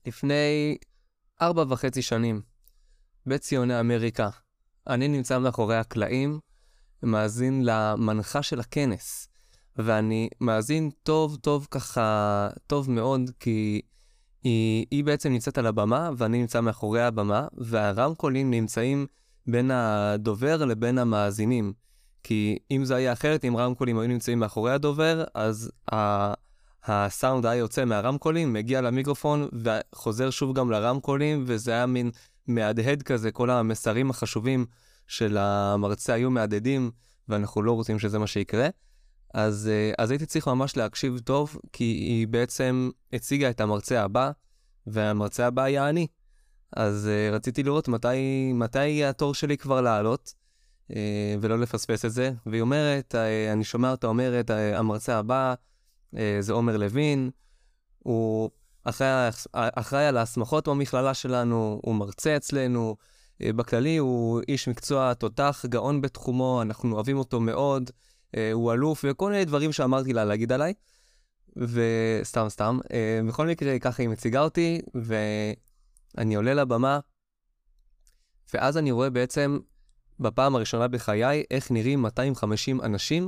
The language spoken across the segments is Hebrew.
לפני 4.5 שנים, בציוני אמריקה, אני נמצא מאחורי הקלעים, מאזין למנחה של הכנס, ואני מאזין טוב ככה, טוב מאוד, כי היא בעצם נמצאת על הבמה, ואני נמצא מאחורי הבמה, והרמקולים נמצאים בין הדובר לבין המאזינים. כי אם זה היה אחרת, אם רמקולים היו נמצאים מאחורי הדובר, אז הסאונד היה יוצא מהרמקולים, מגיע למיקרופון, וחוזר שוב גם לרמקולים, וזה היה מין מהדהד כזה, כל המסרים החשובים של המרצה היו מהדהדים, ואנחנו לא רוצים שזה מה שיקרה. אז הייתי צריך ממש להקשיב טוב, כי היא בעצם הציגה את המרצה הבא, והמרצה הבא היה אני. אז רציתי לראות מתי התור שלי כבר לעלות, ולא לפספס את זה. והיא אומרת, אני שומע אותה אומרת, המרצה הבא, זה עומר לוין, הוא אחראי על ההסמכות במכללה שלנו, הוא מרצה אצלנו, בכללי הוא איש מקצוע תותח, גאון בתחומו, אנחנו אוהבים אותו מאוד, הוא אלוף, וכל מיני דברים שאמרתי לה להגיד עליי, וסתם. בכל מקרה, ככה היא מציגה אותי, ואני עולה לבמה, ואז אני רואה בעצם, בפעם הראשונה בחיי, איך נראים 250 אנשים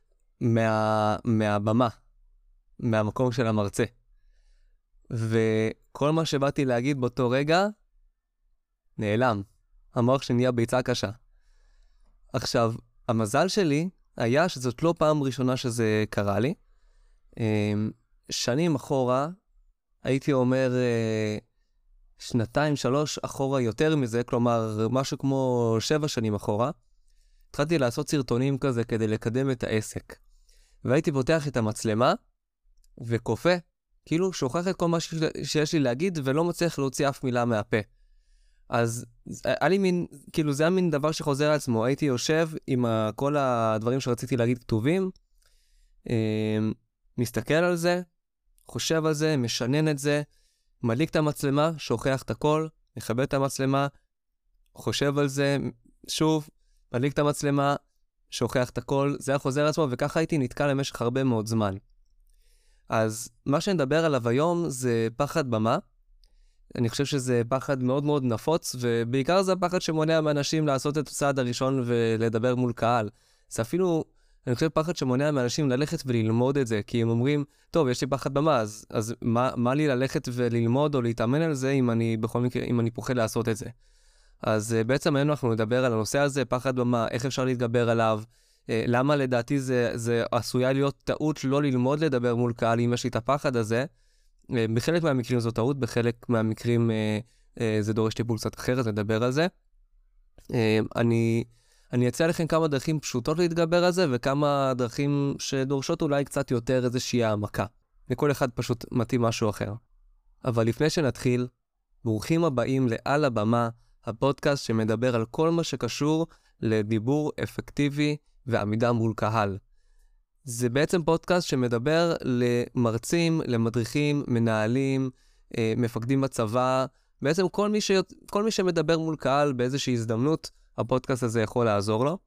מהבמה, מהמקום של המרצה. וכל מה שבאתי להגיד באותו רגע, נעלם. המוח שנהיה ביצה קשה. עכשיו, המזל שלי היה שזאת לא פעם ראשונה שזה קרה לי. שנים אחורה, הייתי אומר 2-3 אחורה יותר מזה, כלומר משהו כמו 7 שנים אחורה, התחלתי לעשות סרטונים כזה כדי לקדם את העסק. והייתי פותח את המצלמה וקופא, כאילו שוכח את כל מה שיש לי להגיד ולא מצליח להוציא אף מילה מהפה. אז היה לי מין, כאילו זה היה מין דבר שחוזר על עצמו, הייתי יושב עם כל הדברים שרציתי להגיד כתובים, מסתכל על זה, חושב על זה, משנן את זה, מדליק את המצלמה, שוכח את הכל, מכבה את המצלמה, חושב על זה, שוב, מדליק את המצלמה, שוכח את הכל, זה היה חוזר על עצמו, וככה הייתי נתקע למשך הרבה מאוד זמן. אז מה שנדבר עליו היום זה פחד במה. אני חושב שזה פחד מאוד מאוד נפוץ, ובעיקר זה הפחד שמונע מאנשים לעשות את הצעד הראשון ולדבר מול קהל. זה אפילו, אני חושב, פחד שמונע מאנשים ללכת וללמוד את זה, כי הם אומרים, טוב, יש לי פחד במה, אז מה לי ללכת וללמוד או להתאמן על זה בכל מקרה, אם אני פוחד לעשות את זה. אז בעצם היום אנחנו נדבר על הנושא הזה, פחד במה, איך אפשר להתגבר עליו, למה לדעתי זה עשויה להיות טעות לא ללמוד לדבר מול קהל אם יש לי את הפחד הזה. בחלק מהמקרים זו טעות, בחלק מהמקרים זה דורש טיפול קצת אחרת, נדבר על זה. אני אציע לכם כמה דרכים פשוטות להתגבר על זה, וכמה דרכים שדורשות אולי קצת יותר איזושהי העמקה. לכל אחד פשוט מתאים משהו אחר. אבל לפני שנתחיל, ברוכים הבאים לעל הבמה, הפודקאסט שמדבר על כל מה שקשור לדיבור אפקטיבי ועמידה מול קהל. זה בעצם פודקאסט שמדבר למרצים, למדריכים, מנהלים, מפקדים בצבא, בעצם כל מי שמדבר מול קהל באיזושהי הזדמנות, הפודקאסט הזה יכול לעזור לו.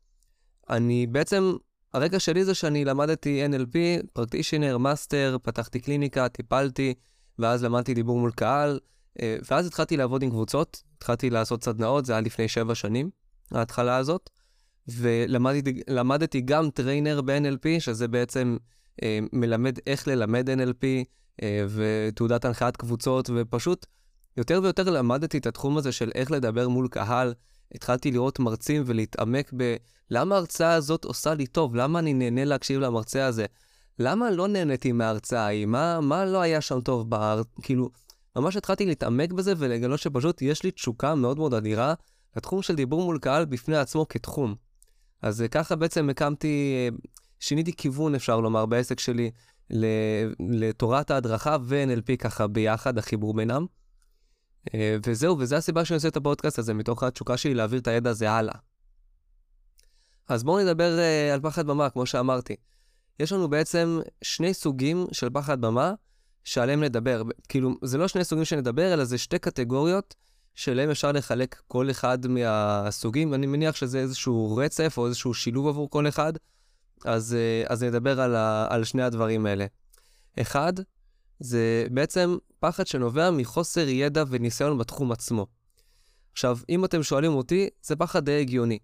הרקע שלי זה שאני למדתי NLP, פרקטישנר, מאסטר, פתחתי קליניקה, טיפלתי, ואז למדתי דיבור מול קהל, ואז התחלתי לעבוד עם קבוצות, התחלתי לעשות סדנאות, זה היה לפני 7 שנים, ההתחלה הזאת, ולמדתי גם טריינר ב-NLP, שזה בעצם מלמד איך ללמד NLP, ותעודת הנחיית קבוצות, ופשוט יותר ויותר למדתי את התחום הזה של איך לדבר מול קהל. התחלתי לראות מרצים ולהתעמק למה ההרצאה הזאת עושה לי טוב, למה אני נהנה להקשיב למרצה הזה, למה לא נהניתי מההרצאה ההיא, מה לא היה שם טוב כאילו, ממש התחלתי להתעמק בזה ולגלות שפשוט יש לי תשוקה מאוד מאוד אדירה לתחום של דיבור מול קהל בפני עצמו כתחום. אז ככה בעצם שיניתי כיוון, אפשר לומר, בעסק שלי לתורת ההדרכה ו-NLP ככה ביחד, החיבור בינם. וזה הסיבה שאני עושה את הפודקאסט הזה, מתוך התשוקה שלי להעביר את הידע הזה הלאה. אז בואו נדבר על פחד במה, כמו שאמרתי. יש לנו בעצם 2 סוגים של פחד במה שעליהם נדבר. כאילו, זה לא 2 סוגים שנדבר, אלא זה 2 קטגוריות שלהם אפשר לחלק כל אחד מהסוגים. אני מניח שזה איזשהו רצף או איזשהו שילוב עבור כל אחד. אז נדבר על 2 הדברים האלה. אחד, זה בעצם פחד שנובע מחוסר ידע וניסיון בתחום עצמו. עכשיו, אם אתם שואלים אותי, זה פחד די הגיוני.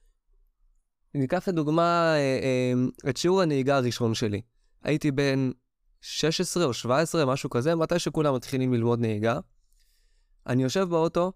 ניקח לדוגמה את שיעור הנהיגה הראשון שלי. הייתי בן 16 או 17, משהו כזה, מתי שכולם מתחילים ללמוד נהיגה. אני יושב באוטו,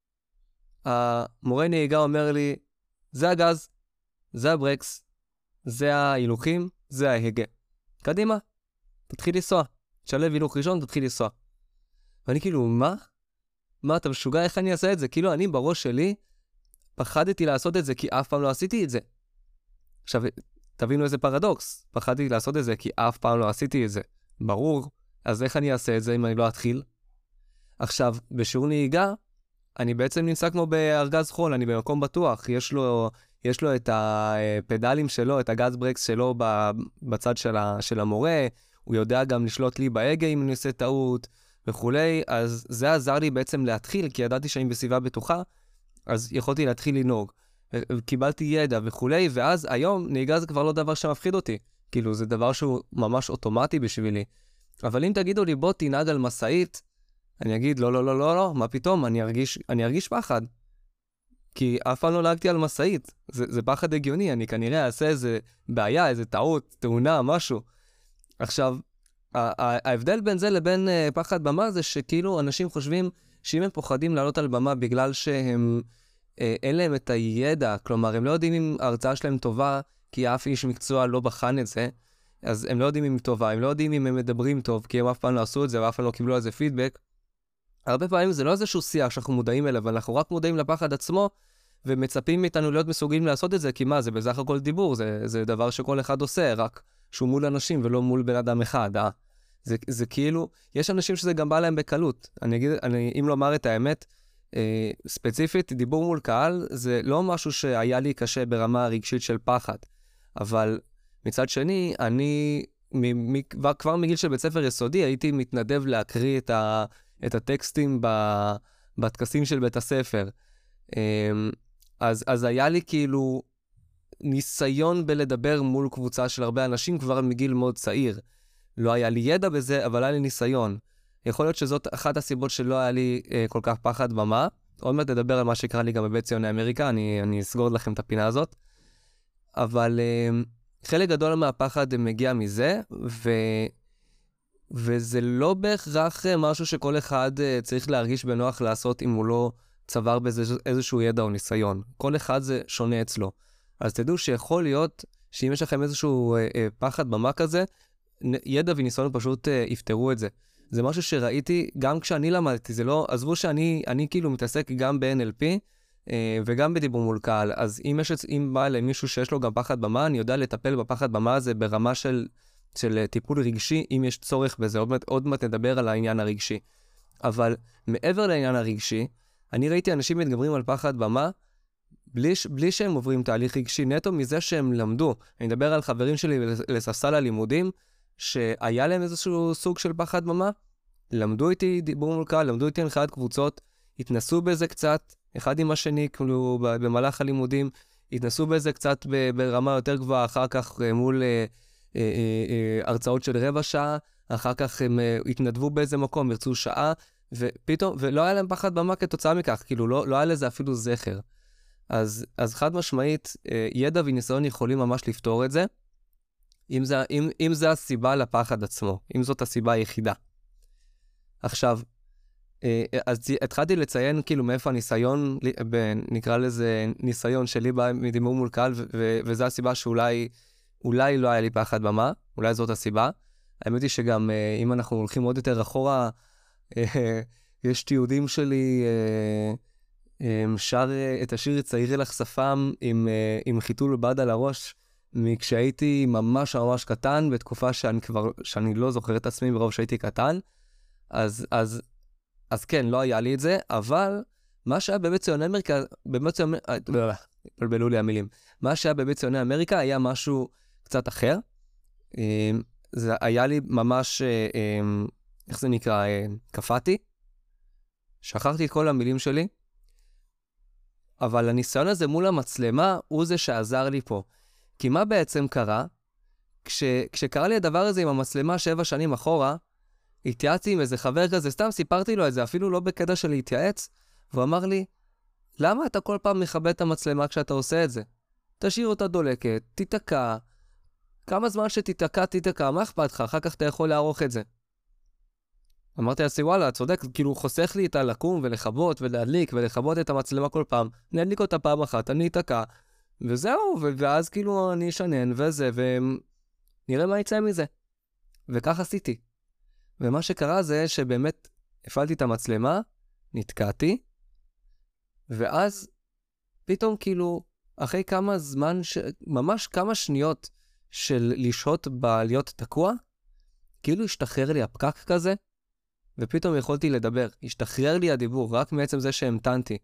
המורה נהיגה אומר לי, זה הגז, זה הברקס, זה ההילוכים, זה ההגה. קדימה, תתחיל לנסוע. תשלב הילוך ראשון, תתחיל לנסוע. ואני כאילו, מה? מה, אתה משוגע? איך אני אעשה את זה? כאילו, אני בראש שלי פחדתי לעשות את זה, כי אף פעם לא עשיתי את זה. עכשיו, תבינו איזה פרדוקס. פחדתי לעשות את זה, כי אף פעם לא עשיתי את זה. ברור. אז איך אני אעשה את זה אם אני לא אתחיל? עכשיו, בשיעור נהיגה, אני בעצם נמצא כמו בארגז חול, אני במקום בטוח. יש לו את הפדלים שלו, את הגז ברקס שלו בצד של המורה. הוא יודע גם לשלוט לי בהגה אם אני עושה טעות וכולי. אז זה עזר לי בעצם להתחיל, כי ידעתי שאני בסביבה בטוחה, אז יכולתי להתחיל לנהוג. קיבלתי ידע וכולי, ואז היום נהיגה זה כבר לא דבר שמפחיד אותי. כאילו, זה דבר שהוא ממש אוטומטי בשבילי. אבל אם תגידו לי, בוא תנהג על מסעית, אני אגיד, לא, לא, לא, לא, לא, מה פתאום? אני ארגיש פחד. כי אף פעם לא נהגתי על מסעית. זה פחד הגיוני, אני כנראה אעשה איזה בעיה, איזה טעות, תאונה, משהו. עכשיו, ההבדל בין זה לבין פחד במה זה שכאילו אנשים חושבים שאם הם פוחדים לעלות על במה בגלל שהם אין להם את הידע, כלומר, הם לא יודעים אם ההרצאה שלהם טובה, כי אף איש מקצוע לא בחן את זה, אז הם לא יודעים אם היא טובה, הם לא יודעים אם הם מדברים טוב, כי הם אף פעם לא עשו את זה, ואף פעם לא קיבלו על זה פידבק. הרבה פעמים זה לא איזשהו שיח שאנחנו מודעים אליו, אנחנו רק מודעים לפחד עצמו, ומצפים מאיתנו להיות מסוגלים לעשות את זה, כי מה, זה בסך הכל דיבור, זה דבר שכל אחד עושה, רק שהוא מול אנשים ולא מול בן אדם אחד, זה כאילו, יש אנשים שזה גם בא להם בקלות. אם לומר את האמת, ספציפית, דיבור מול קהל, זה לא משהו שהיה לי קשה ברמה הרגשית של פחד. אבל מצד שני, אני כבר מגיל של בית ספר יסודי, הייתי מתנדב להקריא את הטקסטים בטקסים של בית הספר. אז היה לי כאילו ניסיון בלדבר מול קבוצה של הרבה אנשים כבר מגיל מאוד צעיר. לא היה לי ידע בזה, אבל היה לי ניסיון. יכול להיות שזאת אחת הסיבות שלא היה לי כל כך פחד במה. עוד מעט נדבר על מה שקרה לי גם בבית ציוני אמריקה, אני אסגור לכם את הפינה הזאת. אבל חלק גדול מהפחד מגיע מזה, וזה לא בהכרח משהו שכל אחד צריך להרגיש בנוח לעשות אם הוא לא צבר בזה איזשהו ידע או ניסיון. כל אחד זה שונה אצלו. אז תדעו שיכול להיות שאם יש לכם איזשהו פחד במה כזה, ידע וניסיון פשוט יפתרו את זה. זה משהו שראיתי גם כשאני למדתי, זה לא, עזבו שאני כאילו מתעסק גם ב-NLP וגם בדיבור מול קהל, אז אם בא למישהו שיש לו גם פחד במה, אני יודע לטפל בפחד במה הזה ברמה של טיפול רגשי, אם יש צורך בזה, עוד מעט נדבר על העניין הרגשי. אבל מעבר לעניין הרגשי, אני ראיתי אנשים מתגברים על פחד במה, בלי שהם עוברים תהליך רגשי נטו מזה שהם למדו. אני מדבר על חברים שלי לספסל הלימודים, שהיה להם איזשהו סוג של פחד במה, למדו איתי דיבור מול קהל, למדו איתי הנחיית קבוצות, התנסו בזה קצת, אחד עם השני, כאילו במהלך הלימודים, התנסו בזה קצת ברמה יותר גבוהה, אחר כך מול הרצאות של רבע שעה, אחר כך הם התנדבו באיזה מקום, ירצו שעה, ופתאום, ולא היה להם פחד במה כתוצאה מכך, כאילו לא היה לזה אפילו זכר. אז חד משמעית, ידע וניסיון יכולים ממש לפתור את זה, אם זה הסיבה לפחד עצמו, אם זאת הסיבה היחידה. עכשיו, אז התחלתי לציין כאילו מאיפה הניסיון, נקרא לזה ניסיון שלי מדיבור מול קהל, וזו הסיבה שאולי לא היה לי פחד במה, אולי זאת הסיבה. האמת היא שגם אם אנחנו הולכים עוד יותר אחורה, יש תיעודים שלי, שר את השיר צעיר לך שפם עם חיתול בד על הראש, כשהייתי ממש ממש קטן, בתקופה שאני לא זוכר את עצמי ברוב שהייתי קטן, אז כן, לא היה לי את זה, אבל מה שהיה בבית ציוני אמריקה, בלבלו לי המילים, מה שהיה בבית ציוני אמריקה היה משהו קצת אחר, זה היה לי ממש, איך זה נקרא, קפאתי, שכחתי את כל המילים שלי, אבל הניסיון הזה מול המצלמה הוא זה שעזר לי פה. כי מה בעצם קרה? כשקרה לי הדבר הזה עם המצלמה 7 שנים אחורה, התייעצתי עם איזה חבר כזה, סתם סיפרתי לו את זה, אפילו לא בקטע של להתייעץ, והוא אמר לי, למה אתה כל פעם מכבד את המצלמה כשאתה עושה את זה? תשאיר אותה דולקת, תיתקע, כמה זמן שתיתקע, מה אכפת לך? אחר כך אתה יכול לערוך את זה. אמרתי לעצמי, וואלה, צודק, כאילו חוסך לי את הלקום ולכבות ולהדליק ולכבות את המצלמה כל פעם, נדליק אותה פעם אחת, אני אתקע, וזהו, ואז כאילו אני אשנן וזה, ונראה מה יצא מזה. וכך עשיתי. ומה שקרה זה שבאמת הפעלתי את המצלמה, נתקעתי, ואז פתאום כאילו, אחרי כמה זמן, ממש כמה שניות של לשהות בלהיות תקוע, כאילו השתחרר לי הפקק כזה, ופתאום יכולתי לדבר. השתחרר לי הדיבור, רק מעצם זה שהמתנתי.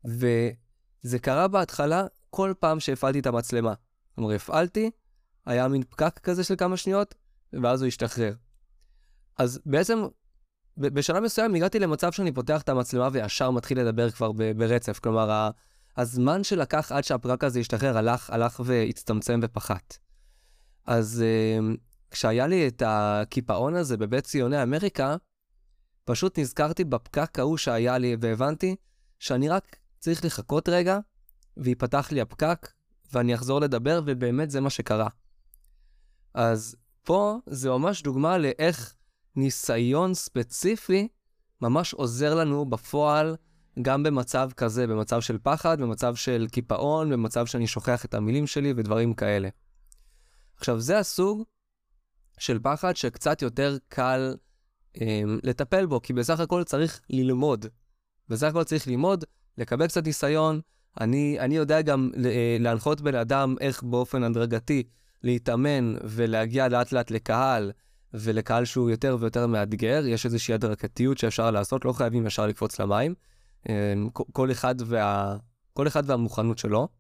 וזה קרה בהתחלה כל פעם שהפעלתי את המצלמה. זאת אומרת, הפעלתי, היה מין פקק כזה של כמה שניות, ואז הוא השתחרר. אז בעצם, בשלב מסוים הגעתי למצב שאני פותח את המצלמה וישר מתחיל לדבר כבר ברצף. כלומר, הזמן שלקח עד שהפקק הזה השתחרר הלך והצטמצם ופחת. אז כשהיה לי את הקיפאון הזה בבית ציוני אמריקה, פשוט נזכרתי בפקק ההוא שהיה לי, והבנתי שאני רק צריך לחכות רגע, ויפתח לי הפקק, ואני אחזור לדבר, ובאמת זה מה שקרה. אז פה זה ממש דוגמה לאיך ניסיון ספציפי ממש עוזר לנו בפועל, גם במצב כזה, במצב של פחד, במצב של קיפאון, במצב שאני שוכח את המילים שלי ודברים כאלה. עכשיו, זה הסוג של פחד שקצת יותר קל לטפל בו, כי בסך הכל צריך ללמוד. בסך הכל צריך ללמוד, לקבל קצת ניסיון. אני יודע גם להנחות בן אדם איך באופן הדרגתי להתאמן ולהגיע לאט לאט לקהל, ולקהל שהוא יותר ויותר מאתגר. יש איזושהי הדרגתיות שאפשר לעשות, לא חייבים ישר לקפוץ למים. כל אחד והמוכנות שלו.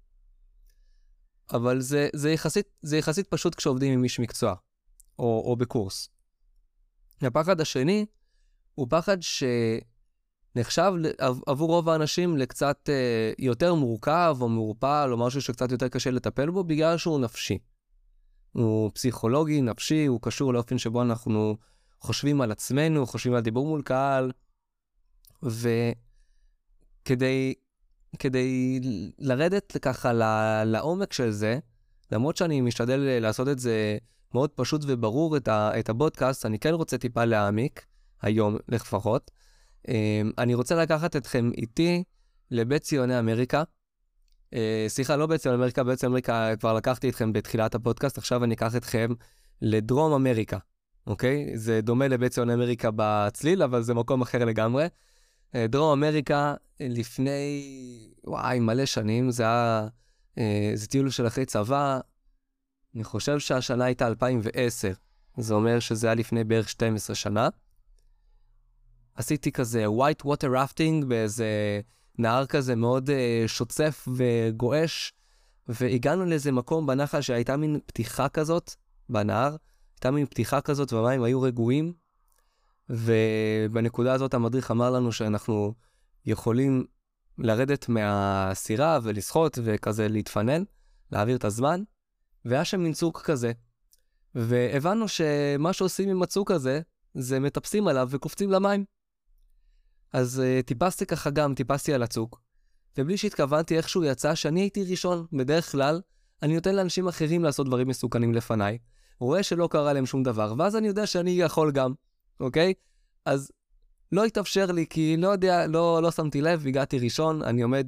אבל זה יחסית פשוט כשעובדים עם איש מקצוע, או בקורס. הפחד השני הוא פחד שנחשב עבור רוב האנשים לקצת יותר מורכב או מעורפל או משהו שקצת יותר קשה לטפל בו בגלל שהוא נפשי. הוא פסיכולוגי, נפשי, הוא קשור לאופן שבו אנחנו חושבים על עצמנו, חושבים על דיבור מול קהל, וכדי לרדת ככה לעומק של זה, למרות שאני משתדל לעשות את זה מאוד פשוט וברור את הפודקאסט, אני כן רוצה טיפה להעמיק, היום לפחות. אני רוצה לקחת אתכם איתי לבית ציוני אמריקה. סליחה, לא בית ציוני אמריקה, בית ציוני אמריקה כבר לקחתי אתכם בתחילת הפודקאסט, עכשיו אני אקח אתכם לדרום אמריקה, אוקיי? זה דומה לבית ציוני אמריקה בצליל, אבל זה מקום אחר לגמרי. דרום אמריקה לפני, מלא שנים, זה טיול של אחרי צבא, אני חושב שהשנה הייתה 2010, זה אומר שזה היה לפני בערך 12 שנה. עשיתי כזה white water rafting באיזה נהר כזה מאוד שוצף וגואש, והגענו לאיזה מקום בנחל שהייתה מין פתיחה כזאת בנהר, הייתה מין פתיחה כזאת והמים היו רגועים, ובנקודה הזאת המדריך אמר לנו שאנחנו יכולים לרדת מהסירה ולשחות וכזה להתפנן, להעביר את הזמן, והיה שם מין צוק כזה, והבנו שמה שעושים עם הצוק הזה, זה מטפסים עליו וקופצים למים. אז טיפסתי על הצוק, ובלי שהתכוונתי איכשהו יצא שאני הייתי ראשון. בדרך כלל, אני נותן לאנשים אחרים לעשות דברים מסוכנים לפניי, רואה שלא קרה להם שום דבר, ואז אני יודע שאני יכול גם, אוקיי? אז לא התאפשר לי, כי לא שמתי לב, הגעתי ראשון, אני עומד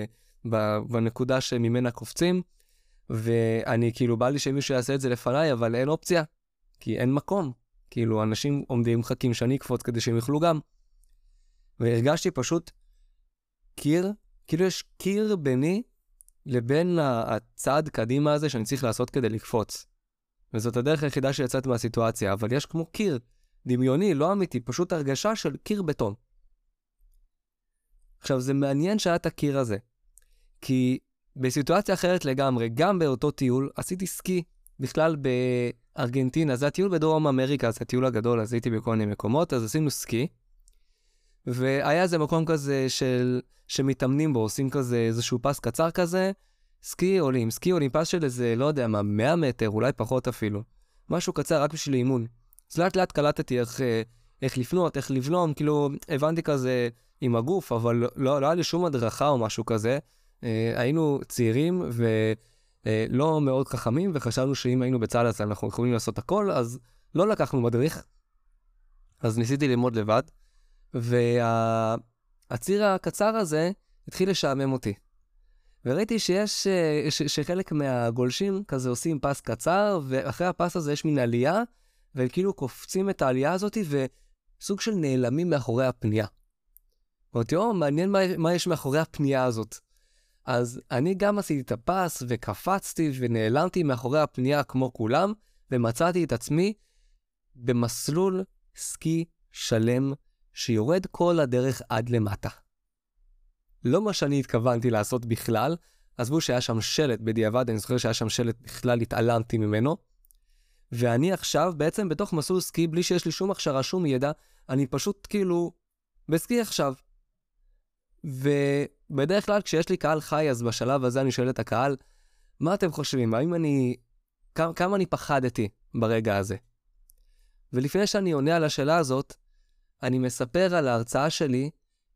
בנקודה שממנה קופצים, ואני כאילו בא לי שמישהו יעשה את זה לפניי, אבל אין אופציה, כי אין מקום. כאילו אנשים עומדים מחכים שאני אקפוץ כדי שהם יוכלו גם. והרגשתי פשוט קיר, כאילו יש קיר ביני לבין הצעד קדימה הזה שאני צריך לעשות כדי לקפוץ. וזאת הדרך היחידה שיצאת מהסיטואציה, אבל יש כמו קיר דמיוני, לא אמיתי, פשוט הרגשה של קיר בטון. עכשיו זה מעניין שהיה את הקיר הזה, כי בסיטואציה אחרת לגמרי, גם באותו טיול, עשיתי סקי בכלל בארגנטינה, זה הטיול בדרום אמריקה, זה הטיול הגדול, אז הייתי בכל מיני מקומות, אז עשינו סקי, והיה איזה מקום כזה שמתאמנים בו, עושים כזה איזשהו פס קצר כזה, סקי עולים פס של איזה, לא יודע מה, 100 מטר, אולי פחות אפילו, משהו קצר רק בשביל אימון. אז לאט לאט קלטתי איך לפנות, איך לבלום, כאילו הבנתי כזה עם הגוף, אבל לא היה לי שום הדרכה או משהו כזה. היינו צעירים ולא מאוד חכמים, וחשבנו שאם היינו בצה"ל אז אנחנו יכולים לעשות הכל, אז לא לקחנו מדריך. אז ניסיתי ללמוד לבד, והציר הקצר הזה התחיל לשעמם אותי. וראיתי שחלק מהגולשים כזה עושים פס קצר, ואחרי הפס הזה יש מין עלייה, והם כאילו קופצים את העלייה הזאת, וסוג של נעלמים מאחורי הפנייה. ואומרתי, מעניין מה יש מאחורי הפנייה הזאת. אז אני גם עשיתי את הפס, וקפצתי, ונעלמתי מאחורי הפנייה כמו כולם, ומצאתי את עצמי במסלול סקי שלם, שיורד כל הדרך עד למטה. לא מה שאני התכוונתי לעשות בכלל, עזבו שהיה שם שלט בדיעבד, אני זוכר שהיה שם שלט בכלל, התעלמתי ממנו, ואני עכשיו בעצם בתוך מסלול סקי, בלי שיש לי שום הכשרה, שום ידע, אני פשוט כאילו בסקי עכשיו. ובדרך כלל כשיש לי קהל חי, אז בשלב הזה אני שואל את הקהל, מה אתם חושבים? כמה אני פחדתי ברגע הזה? ולפני שאני עונה על השאלה הזאת, אני מספר על ההרצאה שלי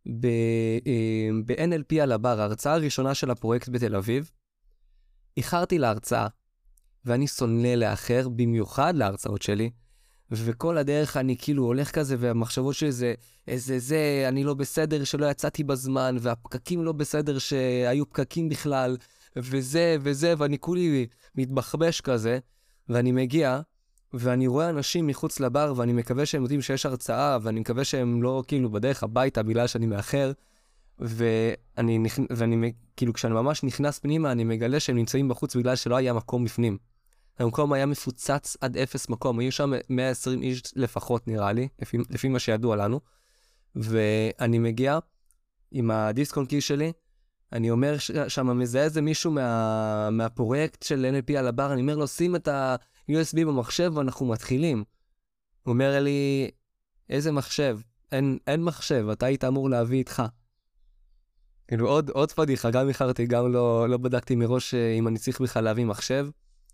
ב-NLP על הבר, ההרצאה הראשונה של הפרויקט בתל אביב. איחרתי להרצאה, ואני שונא לאחר, במיוחד להרצאות שלי, וכל הדרך אני כאילו הולך כזה, והמחשבות שלי זה, אני לא בסדר שלא יצאתי בזמן, והפקקים לא בסדר שהיו פקקים בכלל, וזה, ואני כולי מתבחבש כזה, ואני מגיע, ואני רואה אנשים מחוץ לבר, ואני מקווה שהם יודעים שיש הרצאה, ואני מקווה שהם לא כאילו בדרך הביתה בגלל שאני מאחר, ואני כאילו כשאני ממש נכנס פנימה, אני מגלה שהם נמצאים בחוץ בגלל שלא היה מקום בפנים. המקום היה מפוצץ עד אפס מקום, היו שם 120 איש לפחות נראה לי, לפי מה שידוע לנו, ואני מגיע עם הדיסק און קי שלי, אני אומר שם מזהה איזה מישהו מהפרויקט של NLP על הבר, אני אומר לו, שים את ה-USB במחשב ואנחנו מתחילים. הוא אומר לי, איזה מחשב? אין מחשב, אתה היית אמור להביא איתך. כאילו עוד פדיחה, גם איחרתי, גם לא בדקתי מראש אם אני צריך בכלל להביא מחשב.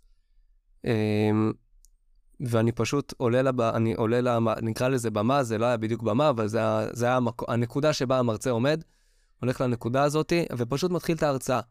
ואני פשוט עולה נקרא לזה במה, זה לא היה בדיוק במה, אבל זה היה הנקודה שבה המרצה עומד, הולך לנקודה הזאת, ופשוט מתחיל את ההרצאה.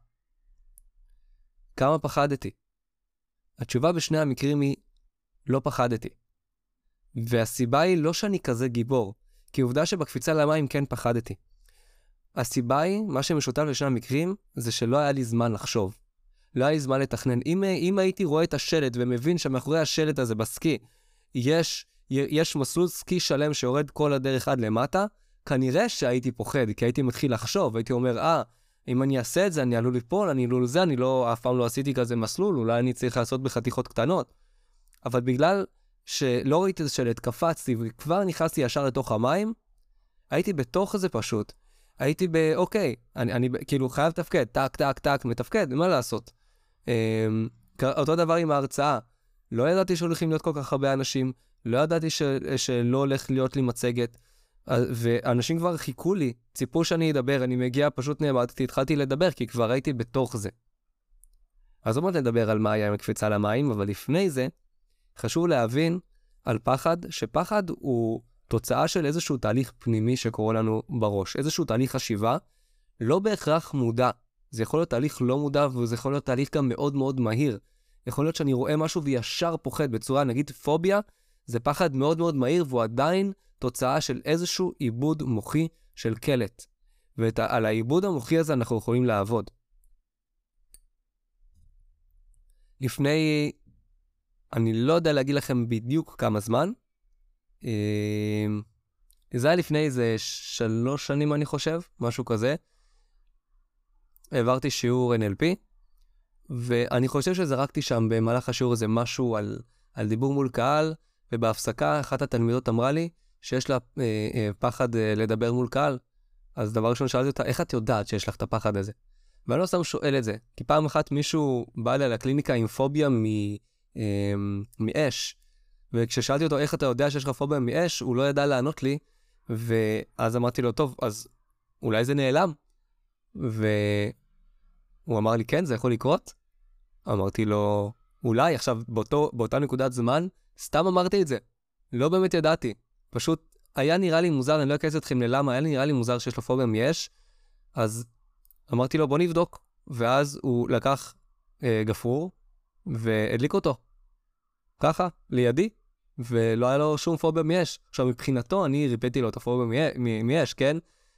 כמה פחדתי? התשובה בשני המקרים היא, לא פחדתי. והסיבה היא לא שאני כזה גיבור, כי עובדה שבקפיצה למים כן פחדתי. הסיבה היא, מה שמשותף לשני המקרים, זה שלא היה לי זמן לחשוב. לא היה לי זמן לתכנן. אם הייתי רואה את השלט ומבין שמאחורי השלט הזה בסקי, יש מסלול סקי שלם שיורד כל הדרך עד למטה, כנראה שהייתי פוחד, כי הייתי מתחיל לחשוב, הייתי אומר, אם אני אעשה את זה, אני עלול ליפול, אני עלול לזה, אף פעם לא עשיתי כזה מסלול, אולי אני צריך לעשות בחתיכות קטנות. אבל בגלל שלא ראיתי את השלט, קפצתי, וכבר נכנסתי ישר לתוך המים, הייתי בתוך זה פשוט. הייתי אוקיי, אני כאילו חייב תפקד, טק, טק, טק, מתפקד, מה לעשות? אותו דבר עם ההרצאה. לא ידעתי שהולכים להיות כל כך הרבה אנשים, לא ידעתי שלא הולך להיות לי מצגת, ואנשים כבר חיכו לי, ציפו שאני אדבר, אני מגיע, פשוט נעמדתי, התחלתי לדבר, כי כבר הייתי בתוך זה. אז עוד מעט נדבר על מה היה עם הקפיצה למים, אבל לפני זה, חשוב להבין על פחד, שפחד הוא תוצאה של איזשהו תהליך פנימי שקורה לנו בראש, איזשהו תהליך חשיבה, לא בהכרח מודע. זה יכול להיות תהליך לא מודע, וזה יכול להיות תהליך גם מאוד מאוד מהיר. יכול להיות שאני רואה משהו וישר פוחד בצורה, נגיד פוביה, זה פחד מאוד מאוד מהיר, והוא עדיין תוצאה של איזשהו עיבוד מוחי של קלט. ועל העיבוד המוחי הזה אנחנו יכולים לעבוד. לפני, אני לא יודע להגיד לכם בדיוק כמה זמן, זה היה לפני איזה 3 שנים אני חושב, משהו כזה. העברתי שיעור NLP, ואני חושב שזרקתי שם במהלך השיעור הזה משהו על דיבור מול קהל, ובהפסקה אחת התלמידות אמרה לי שיש לה פחד לדבר מול קהל. אז דבר ראשון שאלתי אותה, איך את יודעת שיש לך את הפחד הזה? ואני לא סתם שואל את זה, כי פעם אחת מישהו בא לי לקליניקה עם פוביה מאש, וכששאלתי אותו איך אתה יודע שיש לך פוביה מאש, הוא לא ידע לענות לי, ואז אמרתי לו, טוב, אז אולי זה נעלם? והוא אמר לי, כן, זה יכול לקרות? אמרתי לו, אולי, עכשיו, באותה נקודת זמן, סתם אמרתי את זה. לא באמת ידעתי. פשוט היה נראה לי מוזר, אני לא אכנס אתכם ללמה, היה נראה לי מוזר שיש לו פוביה מיש, אז אמרתי לו בוא נבדוק, ואז הוא לקח גפרור והדליק אותו. ככה, לידי, ולא היה לו שום פוביה מיש. עכשיו מבחינתו אני ריפאתי לו את הפוביה מיש, כן?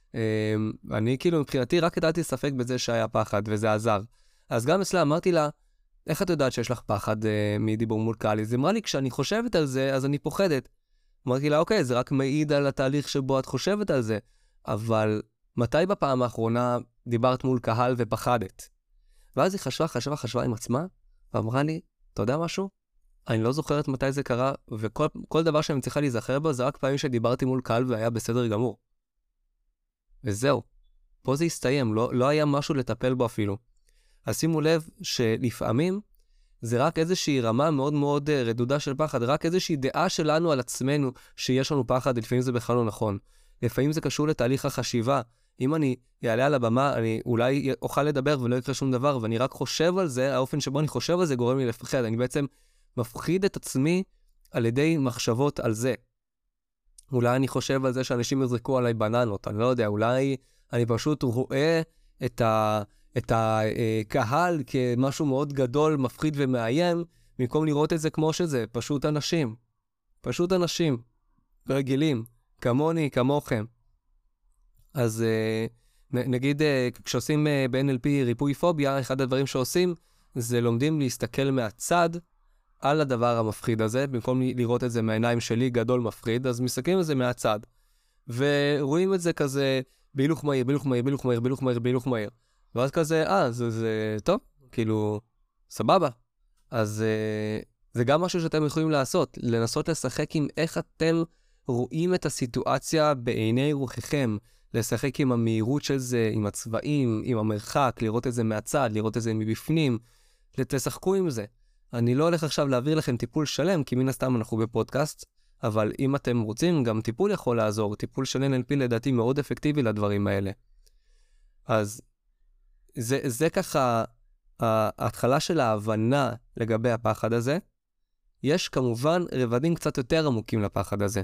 אני כאילו מבחינתי רק ידעתי ספק בזה שהיה פחד, וזה עזר. אז גם אצלה אמרתי לה, איך את יודעת שיש לך פחד מדיבור מול קהל? אז היא אמרה לי, כשאני חושבת על זה, אז אני פוחדת. אמרתי לה, אוקיי, זה רק מעיד על התהליך שבו את חושבת על זה, אבל מתי בפעם האחרונה דיברת מול קהל ופחדת? ואז היא חשבה עם עצמה, ואמרה לי, אתה יודע משהו? אני לא זוכרת מתי זה קרה, וכל דבר שאני צריכה להיזכר בו, זה רק פעמים שדיברתי מול קהל והיה בסדר גמור. וזהו. פה זה הסתיים, לא היה משהו לטפל בו אפילו. אז שימו לב שלפעמים זה רק איזושהי רמה מאוד מאוד רדודה של פחד, רק איזושהי דעה שלנו על עצמנו שיש לנו פחד, לפעמים זה בכלל לא נכון. לפעמים זה קשור לתהליך החשיבה. אם אני אעלה על הבמה, אני אולי אוכל לדבר ולא יקרה שום דבר, ואני רק חושב על זה, האופן שבו אני חושב על זה גורם לי לפחד. אני בעצם מפחיד את עצמי על ידי מחשבות על זה. אולי אני חושב על זה שאנשים יזרקו עליי בננות, אני לא יודע, אולי אני פשוט רואה את הקהל כמשהו מאוד גדול, מפחיד ומאיים, במקום לראות את זה כמו שזה, פשוט אנשים. פשוט אנשים. רגילים. כמוני, כמוכם. אז נגיד, כשעושים ב-NLP ריפוי פוביה, אחד הדברים שעושים, זה לומדים להסתכל מהצד על הדבר המפחיד הזה, במקום לראות את זה מהעיניים שלי, גדול מפחיד, אז מסתכלים על זה מהצד. ורואים את זה כזה, בהילוך מהיר, בהילוך מהיר, בהילוך מהיר, בהילוך מהיר, בהילוך מהיר. ואז כזה, זה טוב, כאילו, סבבה. אז זה גם משהו שאתם יכולים לעשות, לנסות לשחק עם איך אתם רואים את הסיטואציה בעיני רוחכם, לשחק עם המהירות של זה, עם הצבעים, עם המרחק, לראות את זה מהצד, לראות את זה מבפנים, תשחקו עם זה. אני לא הולך עכשיו להעביר לכם טיפול שלם, כי מן הסתם אנחנו בפודקאסט, אבל אם אתם רוצים, גם טיפול יכול לעזור. טיפול של NLP לדעתי מאוד אפקטיבי לדברים האלה. אז זה ככה ההתחלה של ההבנה לגבי הפחד הזה. יש כמובן רבדים קצת יותר עמוקים לפחד הזה.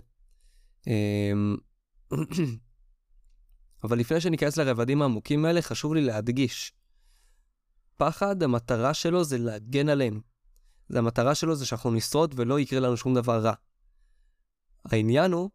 אבל לפני שניכנס לרבדים העמוקים האלה, חשוב לי להדגיש. פחד, המטרה שלו זה להגן עלינו. המטרה שלו זה שאנחנו נשרוד ולא יקרה לנו שום דבר רע. העניין הוא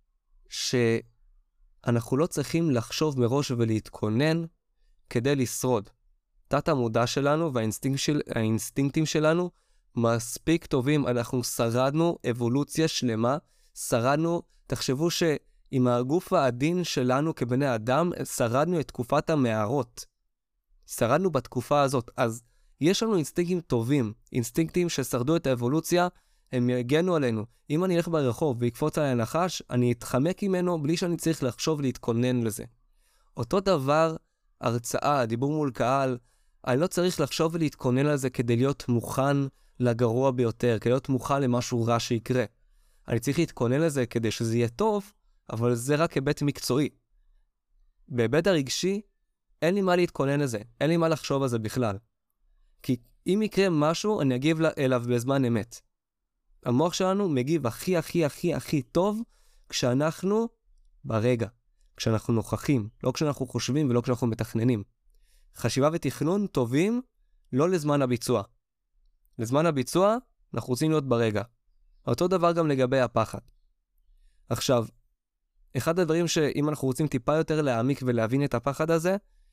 שאנחנו לא צריכים לחשוב מראש ולהתכונן כדי לשרוד. תת המודע שלנו והאינסטינקטים שלנו מספיק טובים. אנחנו שרדנו אבולוציה שלמה, שרדנו, תחשבו שעם הגוף העדין שלנו כבני אדם, שרדנו את תקופת המערות. שרדנו בתקופה הזאת, אז יש לנו אינסטינקטים טובים, אינסטינקטים ששרדו את האבולוציה, הם יגנו עלינו. אם אני אלך ברחוב ויקפוץ עליי נחש, אני אתחמק ממנו בלי שאני צריך לחשוב להתכונן לזה. אותו דבר, הרצאה, דיבור מול קהל, אני לא צריך לחשוב ולהתכונן על זה כדי להיות מוכן לגרוע ביותר, כדי להיות מוכן למשהו רע שיקרה. אני צריך להתכונן לזה כדי שזה יהיה טוב, אבל זה רק היבט מקצועי. בהיבט הרגשי, אין לי מה להתכונן לזה, אין לי מה לחשוב על זה בכלל. כי אם יקרה משהו, אני אגיב אליו בזמן אמת. המוח שלנו מגיב הכי טוב כשאנחנו ברגע, כשאנחנו נוכחים, לא כשאנחנו חושבים ולא כשאנחנו מתכננים. חשיבה ותכנון טובים לא לזמן הביצוע. לזמן הביצוע אנחנו רוצים להיות ברגע. אותו דבר גם לגבי הפחד. עכשיו, אחד הדברים שאם אנחנו רוצים טיפה יותר להעמיק ולהבין את הפחד הזה,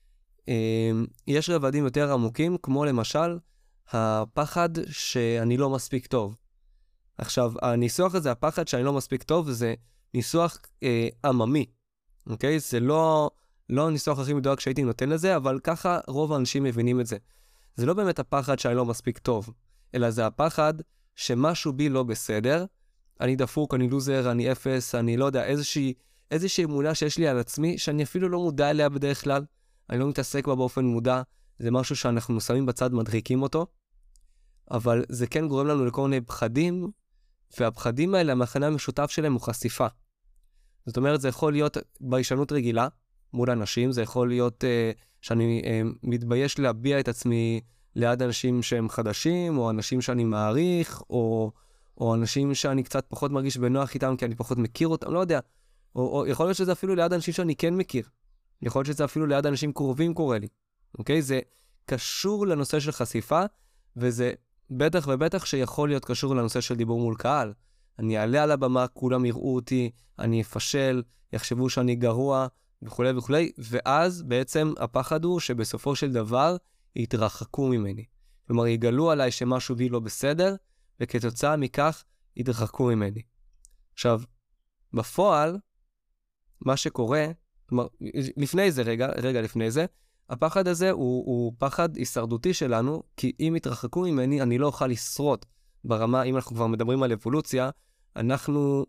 יש רבדים יותר עמוקים, כמו למשל הפחד שאני לא מספיק טוב. עכשיו, הניסוח הזה, הפחד שאני לא מספיק טוב, זה ניסוח עממי. אוקיי? זה לא הניסוח הכי מדויק שהייתי נותן לזה, אבל ככה רוב האנשים מבינים את זה. זה לא באמת הפחד שאני לא מספיק טוב, אלא זה הפחד שמשהו בי לא בסדר, אני דפוק, אני לוזר, אני אפס, אני לא יודע, איזושהי אמונה שיש לי על עצמי, שאני אפילו לא מודע אליה בדרך כלל, אני לא מתעסק בה באופן מודע, זה משהו שאנחנו שמים בצד, מדחיקים אותו, אבל זה כן גורם לנו לכל מיני פחדים, והפחדים האלה, המכנה המשותף שלהם הוא חשיפה. זאת אומרת, זה יכול להיות ביישנות רגילה, מול אנשים, זה יכול להיות שאני מתבייש להביע את עצמי ליד אנשים שהם חדשים, או אנשים שאני מעריך, או או אנשים שאני קצת פחות מרגיש בנוח איתם, כי אני פחות מכיר אותם, לא יודע. או יכול להיות שזה אפילו ליד אנשים שאני כן מכיר. יכול להיות שזה אפילו ליד אנשים קרובים קורה לי. אוקיי? זה קשור לנושא של חשיפה, וזה בטח ובטח שיכול להיות קשור לנושא של דיבור מול קהל. אני אעלה על הבמה, כולם יראו אותי, אני אפשל, יחשבו שאני גרוע, וכו' וכו', ואז בעצם הפחד הוא שבסופו של דבר יתרחקו ממני. כלומר, יגלו עליי שמשהו בי לא בסדר, וכתוצאה מכך יתרחקו ממני. עכשיו, בפועל, מה שקורה, כלומר, לפני זה, רגע לפני זה, הפחד הזה הוא פחד הישרדותי שלנו, כי אם יתרחקו ממני, אני לא אוכל לשרוד ברמה, אם אנחנו כבר מדברים על אבולוציה, אנחנו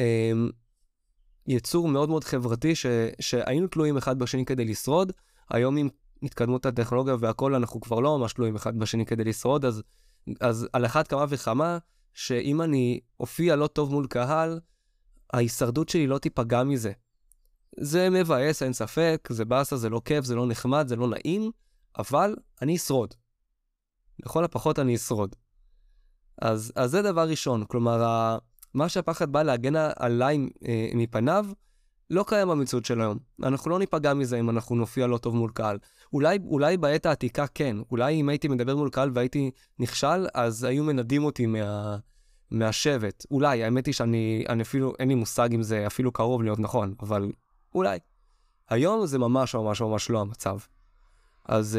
יצור מאוד מאוד חברתי, שהיינו תלויים אחד בשני כדי לשרוד, היום עם התקדמות הטכנולוגיה והכל, אנחנו כבר לא ממש תלויים אחד בשני כדי לשרוד, אז על אחת כמה וכמה, שאם אני אופיע לא טוב מול קהל, ההישרדות שלי לא תיפגע מזה. זה מבאס, אין ספק, זה באסה, זה לא כיף, זה לא נחמד, זה לא נעים, אבל אני אשרוד. לכל הפחות אני אשרוד. אז זה דבר ראשון, כלומר, מה שהפחד בא להגן עליי מפניו, לא קיים במציאות של היום. אנחנו לא ניפגע מזה אם אנחנו נופיע לא טוב מול קהל. אולי בעת העתיקה כן, אולי אם הייתי מדבר מול קהל והייתי נכשל, אז היו מנדים אותי מהשבט. אולי, האמת היא שאני אפילו, אין לי מושג אם זה אפילו קרוב להיות נכון, אבל אולי. היום זה ממש ממש ממש לא המצב. אז,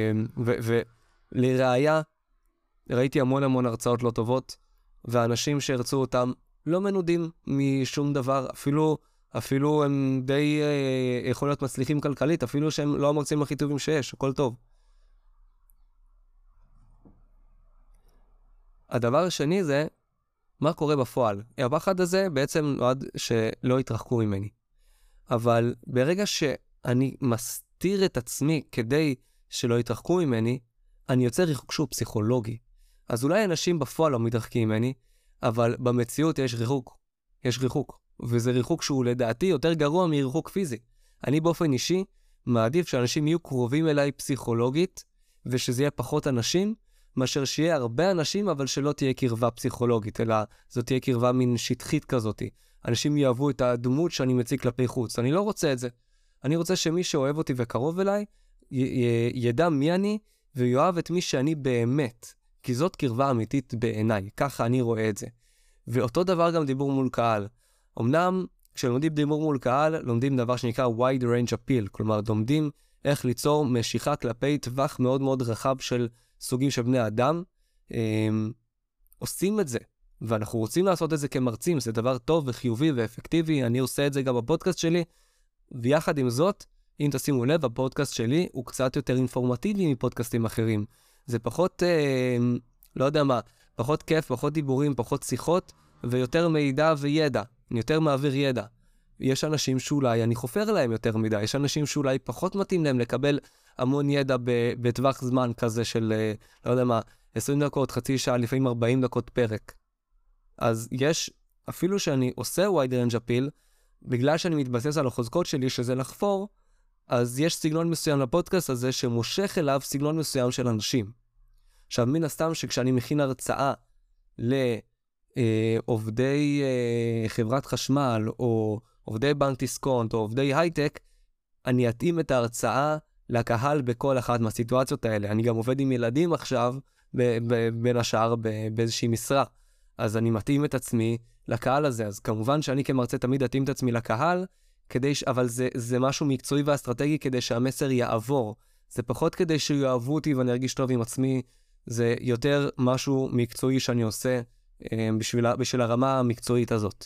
ולראיה, ראיתי המון הרצאות לא טובות, ואנשים שהרצו אותם לא מנודים משום דבר, אפילו הם די יכול להיות מצליחים כלכלית, אפילו שהם לא המרצים הכי טובים שיש, הכל טוב. הדבר השני זה, מה קורה בפועל? הפחד הזה בעצם נועד שלא יתרחקו ממני. אבל ברגע שאני מסתיר את עצמי כדי שלא יתרחקו ממני, אני יוצר ריחוק שהוא פסיכולוגי. אז אולי אנשים בפועל לא מתרחקים ממני, אבל במציאות יש ריחוק. יש ריחוק. וזה ריחוק שהוא לדעתי יותר גרוע מריחוק פיזי. אני באופן אישי מעדיף שאנשים יהיו קרובים אליי פסיכולוגית, ושזה יהיה פחות אנשים, מאשר שיהיה הרבה אנשים, אבל שלא תהיה קרבה פסיכולוגית, אלא זאת תהיה קרבה מין שטחית כזאת. אנשים יאהבו את הדמות שאני מציג כלפי חוץ. אני לא רוצה את זה. אני רוצה שמי שאוהב אותי וקרוב אליי, ידע מי אני, ויואב את מי שאני באמת. כי זאת קרבה אמיתית בעיניי. ככה אני רואה את זה. ואותו דבר גם דיבור מול קהל. אמנם, כשלומדים דיבור מול קהל, לומדים דבר שנקרא wide range appeal. כלומר, לומדים איך ליצור משיכה כלפי טווח מאוד מאוד רחב של סוגים של בני אדם. עושים את זה. ואנחנו רוצים לעשות את זה כמרצים. זה דבר טוב וחיובי ואפקטיבי. אני עושה את זה גם בפודקאסט שלי. ויחד עם זאת, אם תשימו לב, הפודקאסט שלי הוא קצת יותר אינפורמטיבי מפודקאסטים אחרים. זה פחות, לא יודע מה, פחות כיף, פחות דיבורים, פחות שיחות, ויותר מידע וידע. אני יותר מעביר ידע. יש אנשים שאולי אני חופר להם יותר מדי. יש אנשים שאולי פחות מתאים להם לקבל המון ידע בטווח זמן כזה של, לא יודע מה, 20 דקות, חצי שעה, לפעמים 40 דקות פרק. אז יש, אפילו שאני עושה wide range appeal, בגלל שאני מתבסס על החוזקות שלי, שזה לחפור, אז יש סגנון מסוים לפודקאסט הזה, שמושך אליו סגנון מסוים של אנשים. עכשיו, מן הסתם שכשאני מכין הרצאה לעובדי חברת חשמל, או עובדי בנק דיסקונט, או עובדי הייטק, אני אתאים את ההרצאה לקהל בכל אחת מהסיטואציות האלה. אני גם עובד עם ילדים עכשיו, בין השאר באיזושהי משרה. אז אני מתאים את עצמי לקהל הזה. אז כמובן שאני כמרצה תמיד אתאים את עצמי לקהל, אבל זה משהו מקצועי ואסטרטגי כדי שהמסר יעבור. זה פחות כדי שיאהבו אותי ואני ארגיש טוב עם עצמי. זה יותר משהו מקצועי שאני עושה בשביל הרמה המקצועית הזאת.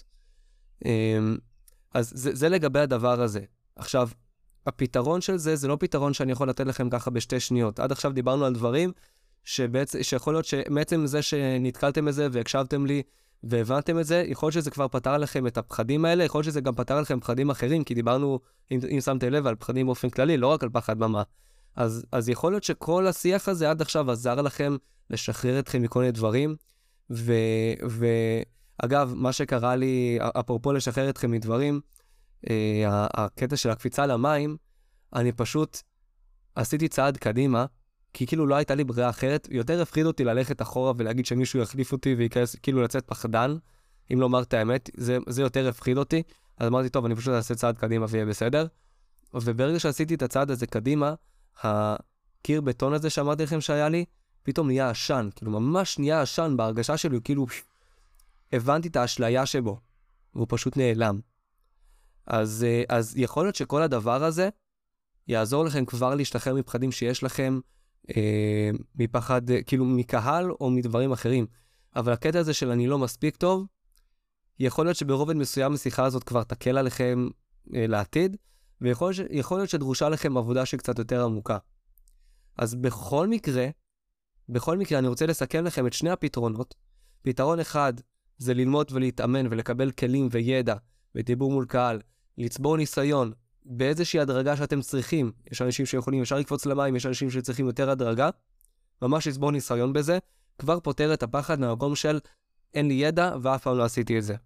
אז זה לגבי הדבר הזה. עכשיו, הפתרון של זה לא פתרון שאני יכול לתת לכם ככה בשתי שניות. עד עכשיו דיברנו על דברים שיכול להיות שמעצם זה שנתקלתם בזה והקשבתם לי והבנתם את זה, יכול להיות שזה כבר פתר לכם את הפחדים האלה, יכול להיות שזה גם פתר לכם פחדים אחרים, כי דיברנו, אם שמתם לב, על פחדים באופן כללי, לא רק על פחד במה. אז יכול להיות שכל השיח הזה עד עכשיו עזר לכם לשחרר אתכם מכל מיני דברים, ואגב, מה שקרה לי, אפרופו לשחרר אתכם מדברים, הקטע של הקפיצה למים, אני פשוט עשיתי צעד קדימה, כי כאילו לא הייתה לי ברירה אחרת, יותר הפחיד אותי ללכת אחורה ולהגיד שמישהו יחליף אותי וייכנס, כאילו לצאת פחדן, אם לא אומר את האמת, זה יותר הפחיד אותי, אז אמרתי, טוב, אני פשוט אעשה צעד קדימה ויהיה בסדר, וברגע שעשיתי את הצעד הזה קדימה, הקיר בטון הזה שאמרתי לכם שהיה לי, פתאום נהיה עשן, כאילו ממש נהיה עשן בהרגשה שלי, כאילו הבנתי את האשליה שבו, והוא פשוט נעלם. אז יכול להיות שכל הדבר הזה יעזור לכם כבר להשתחרר מפחדים שיש לכם, מפחד, כאילו מקהל או מדברים אחרים. אבל הקטע הזה של אני לא מספיק טוב, יכול להיות שברובד מסוים השיחה הזאת כבר תקל עליכם לעתיד, ויכול להיות שדרושה לכם עבודה שקצת יותר עמוקה. אז בכל מקרה אני רוצה לסכם לכם את שני הפתרונות. פתרון אחד זה ללמוד ולהתאמן ולקבל כלים וידע ודיבור מול קהל, לצבור ניסיון באיזושהי הדרגה שאתם צריכים. יש אנשים שיכולים ישר לקפוץ למים, יש אנשים שצריכים יותר הדרגה. ממש לצבור ניסיון בזה, כבר פותר את הפחד מהמקום של אין לי ידע ואף פעם לא עשיתי את זה.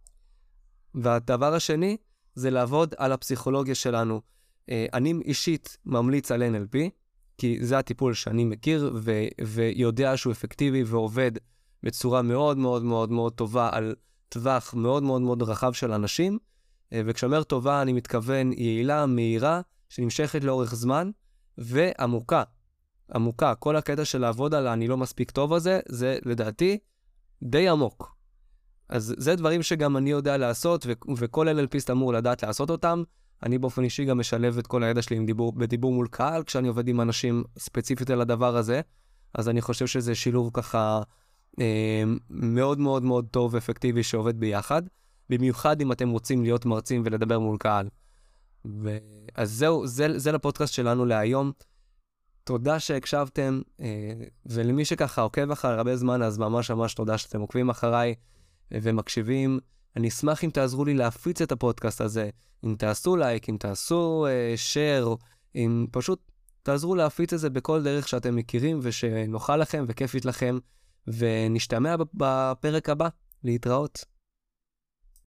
והדבר השני זה לעבוד על הפסיכולוגיה שלנו. אני אישית ממליץ על NLP, כי זה הטיפול שאני מכיר ויודע שהוא אפקטיבי ועובד בצורה מאוד מאוד מאוד מאוד טובה על טווח מאוד מאוד מאוד רחב של אנשים, וכשאומר טובה אני מתכוון יעילה, מהירה, שנמשכת לאורך זמן, ועמוקה. עמוקה. כל הקטע של לעבוד על אני לא מספיק טוב הזה, זה לדעתי די עמוק. אז זה דברים שגם אני יודע לעשות, וכל NLPיסט אמור לדעת לעשות אותם. אני באופן אישי גם משלב את כל הידע שלי בדיבור מול קהל, כשאני עובד עם אנשים ספציפית על הדבר הזה, אז אני חושב שזה שילוב ככה מאוד מאוד מאוד טוב ואפקטיבי שעובד ביחד, במיוחד אם אתם רוצים להיות מרצים ולדבר מול קהל. אז זהו, זה לפודקאסט שלנו להיום. תודה שהקשבתם, ולמי שככה עוקב אחרי הרבה זמן, אז ממש ממש תודה שאתם עוקבים אחריי ומקשיבים. אני אשמח אם תעזרו לי להפיץ את הפודקאסט הזה, אם תעשו לייק, אם תעשו share, אם פשוט תעזרו להפיץ את זה בכל דרך שאתם מכירים ושנוכל לכם וכיפית לכם, ונשתמע בפרק הבא. להתראות.